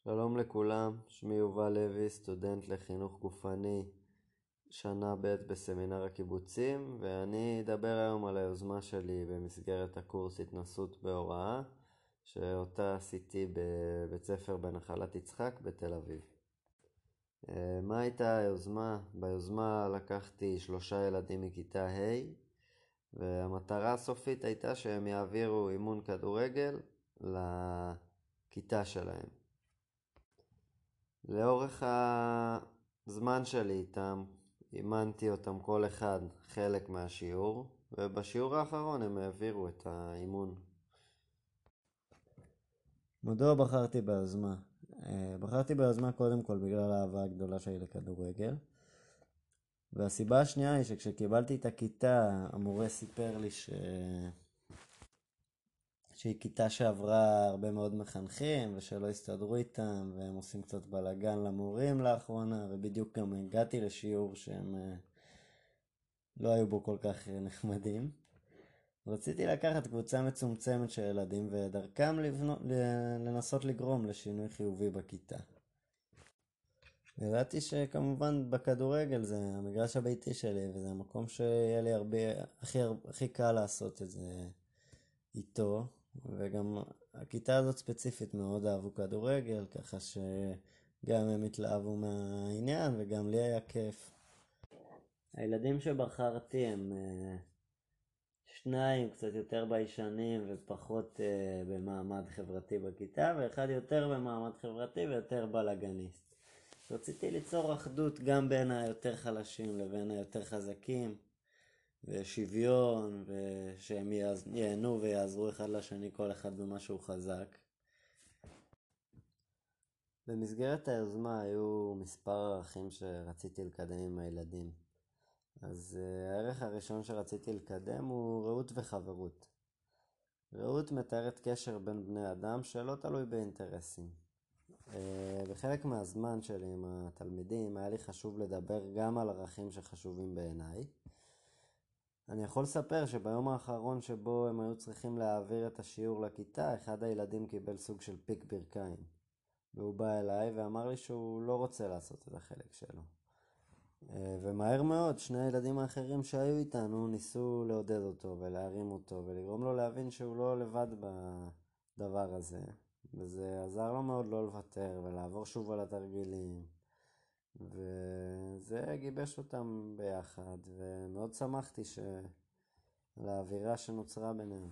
שלום לכולם, שמי יובל לוי, סטודנט לחינוך גופני, שנה ב' בסמינר הקיבוצים, ואני אדבר היום על היוזמה שלי במסגרת הקורס התנסות בהוראה, שאותה עשיתי בבית ספר בנחלת יצחק בתל אביב. מה הייתה היוזמה? ביוזמה לקחתי 3 ילדים מכיתה ה', והמטרה הסופית הייתה שהם יעבירו אימון כדורגל לכיתה שלהם. לאורך הזמן שלי איתם, אימנתי אותם כל אחד חלק מהשיעור, ובשיעור האחרון הם העבירו את האימון. מדוע בחרתי ביוזמה? בחרתי ביוזמה קודם כל בגלל האהבה הגדולה שלי לכדורגל, והסיבה השנייה היא שכשקיבלתי את הכיתה, המורה סיפר לי שהיא כיתה שעברה הרבה מאוד מחנכים ושלא הסתדרו איתם, והם עושים קצת בלגן למורים לאחרונה, ובדיוק גם הגעתי לשיעור שהם לא היו בו כל כך נחמדים. רציתי לקחת קבוצה מצומצמת של ילדים ודרכם לנסות לגרום לשינוי חיובי בכיתה. ידעתי שכמובן בכדורגל זה המגרש הביתי שלי, וזה המקום שיהיה לי הכי קל לעשות את זה איתו, וגם הכיתה הזאת ספציפית מאוד אהבו כדורגל, ככה שגם הם התלהבו מהעניין וגם לי היה כיף. הילדים שבחרתי הם 2 קצת יותר ביישנים ופחות במעמד חברתי בכיתה, ואחד יותר במעמד חברתי ויותר בלגניסט. רציתי ליצור אחדות גם בין היותר חלשים לבין היותר חזקים, ושוויון, ושהם ייהנו ויעזרו אחד לשני, כל אחד במשהו חזק. במסגרת היוזמה היו מספר ערכים שרציתי לקדם עם הילדים. אז הערך הראשון שרציתי לקדם הוא רעות וחברות. רעות מתארת קשר בין בני אדם שלא תלוי באינטרסים. בחלק מהזמן שלי עם התלמידים היה לי חשוב לדבר גם על ערכים שחשובים בעיניי. אני יכול לספר שביום האחרון שבו הם היו צריכים להעביר את השיעור לכיתה, אחד הילדים קיבל סוג של פיק ברכיים. והוא בא אליי ואמר לי שהוא לא רוצה לעשות את החלק שלו. ומהר מאוד 2 הילדים האחרים שהיו איתנו ניסו לעודד אותו ולהרים אותו ולגרום לו להבין שהוא לא לבד בדבר הזה. וזה עזר לו מאוד לא לוותר ולעבור שוב על התרגילים. וזה גיבש אותם ביחד, ומאוד שמחתי לאווירה שנוצרה ביניהם.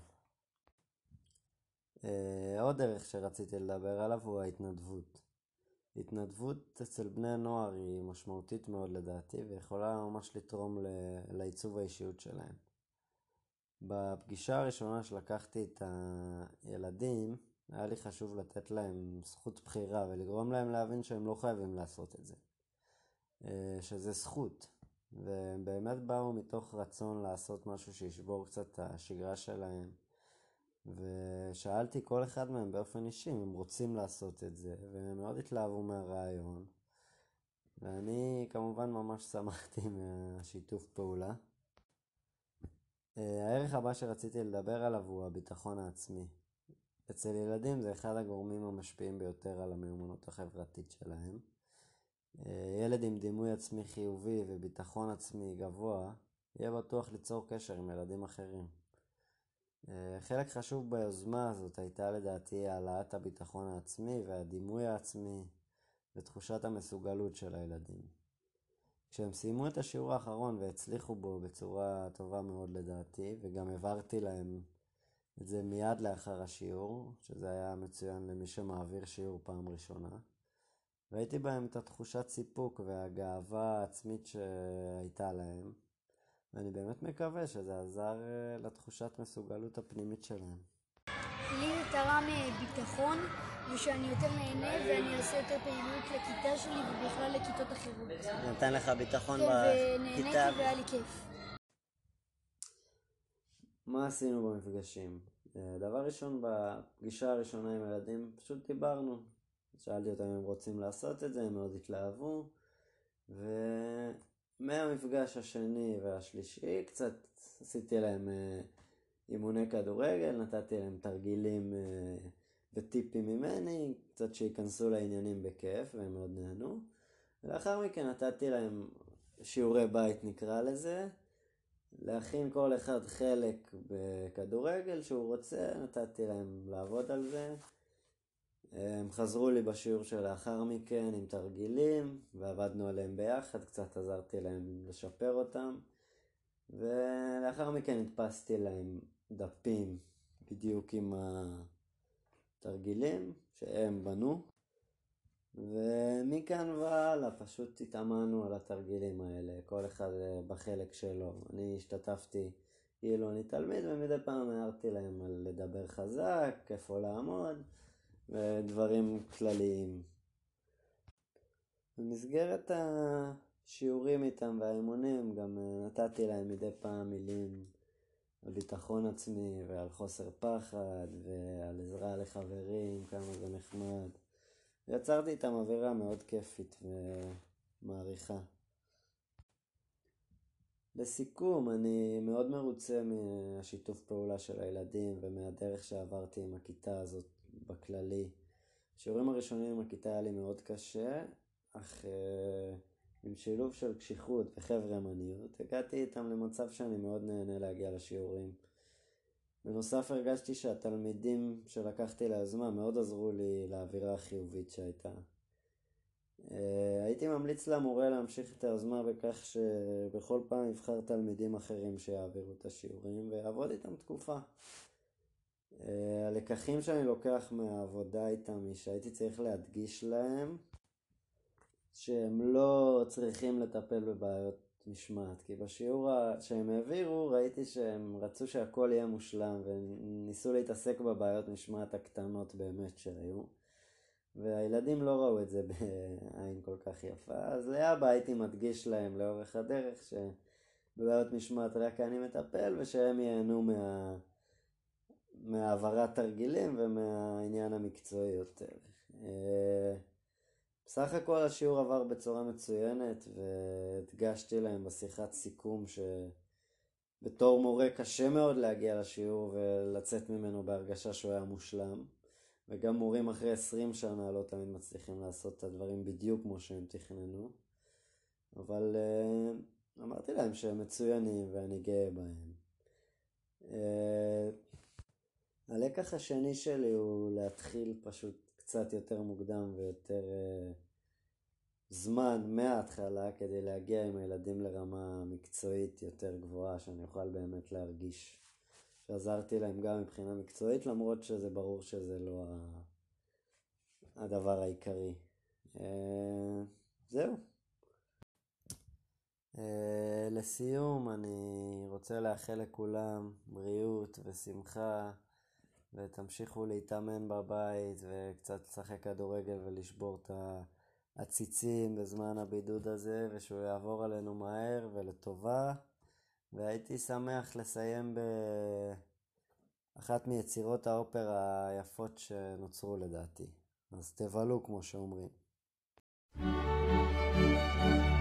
עוד דרך שרציתי לדבר עליו הוא ההתנדבות. התנדבות אצל בני נוער היא משמעותית מאוד לדעתי, ויכולה ממש לתרום לעיצוב האישיות שלהם. בפגישה הראשונה שלקחתי את הילדים, היה לי חשוב לתת להם זכות בחירה ולגרום להם להבין שהם לא חייבים לעשות את זה. שזה זכות, והם באמת באו מתוך רצון לעשות משהו שישבור קצת את השגרה שלהם, ושאלתי כל אחד מהם באופן אישי אם הם רוצים לעשות את זה, והם מאוד התלהבו מהרעיון, ואני כמובן ממש שמחתי מהשיתוף פעולה. הערך הבא שרציתי לדבר עליו הוא הביטחון העצמי. אצל ילדים זה אחד הגורמים המשפיעים ביותר על המיומנות החברתית שלהם. ילד עם דימוי עצמי חיובי וביטחון עצמי גבוה יהיה בטוח ליצור קשר עם ילדים אחרים. חלק חשוב ביוזמה הזאת הייתה לדעתי העלאת הביטחון העצמי והדימוי העצמי ותחושת המסוגלות של הילדים. כשהם סיימו את השיעור האחרון והצליחו בו בצורה טובה מאוד לדעתי, וגם העברתי להם את זה מיד לאחר השיעור, שזה היה מצוין למי שמעביר שיעור פעם ראשונה, ראיתי בהם את התחושת סיפוק והגאווה העצמית שהייתה להם, ואני באמת מקווה שזה עזר לתחושת מסוגלות הפנימית שלהם. לי זה תרם ביטחון, ושאני יותר נהנה ואני אעשה יותר פעילות לכיתה שלי ובכלל לכיתות אחרות. נתן לך ביטחון כן, בכיתה? ונהניתי והיה לי כיף. מה עשינו במפגשים? דבר ראשון, בפגישה הראשונה עם הילדים פשוט דיברנו. שאלתי אותם אם הם רוצים לעשות את זה, הם מאוד התלהבו, ומהמפגש השני והשלישי קצת עשיתי להם אימוני כדורגל, נתתי להם תרגילים וטיפים ממני, קצת שיכנסו לעניינים בכיף, והם מאוד נהנו. ולאחר מכן נתתי להם שיעורי בית נקרא לזה, להכין כל אחד חלק בכדורגל שהוא רוצה, נתתי להם לעבוד על זה. הם חזרו לי בשיעור שלאחר מכן עם תרגילים, ועבדנו עליהם ביחד, קצת עזרתי להם לשפר אותם. ולאחר מכן הדפסתי להם דפים בדיוק עם התרגילים שהם בנו. ומכאן והלאה פשוט התאמנו על התרגילים האלה, כל אחד בחלק שלו. אני השתתפתי כאילו אני תלמיד, ומדי פעם הערתי להם על לדבר חזק, איפה לעמוד, ודברים כלליים. במסגרת השיעורים איתם והאימונים גם נתתי להם מדי פעם מילים על ביטחון עצמי ועל חוסר פחד ועל עזרה לחברים, כמה זה נחמד. ויצרתי איתם אווירה מאוד כיפית ומעריכה. לסיכום, אני מאוד מרוצה מהשיתוף פעולה של הילדים ומהדרך שעברתי עם הכיתה הזאת בכללי. השיעורים הראשונים עם הכיתה היה לי מאוד קשה, אך עם שילוב של קשיחות וחבר'מניות, הגעתי איתם למצב שאני מאוד נהנה להגיע לשיעורים. בנוסף הרגשתי שהתלמידים שלקחתי לעזמם מאוד עזרו לי לאווירה החיובית שהייתה. הייתי ממליץ למורה להמשיך את היוזמה בכך שבכל פעם יבחר תלמידים אחרים שיעבירו את השיעורים ויעבוד איתם תקופה. הלקחים שאני לוקח מהעבודה איתם היא שהייתי צריך להדגיש להם שהם לא צריכים לטפל בבעיות משמעת, כי בשיעור שהם העבירו ראיתי שהם רצו שהכל יהיה מושלם וניסו להתעסק בבעיות משמעת הקטנות באמת שהיו, והילדים לא ראו את זה בעין כל כך יפה. אז לאבא הייתי מדגיש להם לאורך הדרך שבבעיות משמעת רק אני מטפל, ושהם ייהנו מהעברת תרגילים ומהעניין המקצועי יותר. בסך הכל השיעור עבר בצורה מצוינת, והדגשתי להם בשיחת סיכום שבתור מורה קשה מאוד להגיע לשיעור ולצאת ממנו בהרגשה שהוא היה מושלם, וגם מורים אחרי 20 שנה לא תמיד מצליחים לעשות את הדברים בדיוק כמו שהם תכננו, אבל אמרתי להם שהם מצוינים ואני גאה בהם. הלקח השני שלי הוא להתחיל פשוט קצת יותר מוקדם ויותר זמן מההתחלה כדי להגיע עם הילדים לרמה מקצועית יותר גבוהה, שאני אוכל באמת להרגיש שעזרתי להם גם מבחינה מקצועית, למרות שזה ברור שזה לא הדבר העיקרי. זהו. לסיום אני רוצה לאחל לכולם בריאות ושמחה, ותמשיכו להתאמן בבית וקצת לשחק כדורגל ולשבור את הציצים בזמן הבידוד הזה, ושהוא יעבור עלינו מהר ולטובה. והייתי שמח לסיים באחת מיצירות האופרה היפות שנוצרו לדעתי. אז תבלו כמו שאומרים.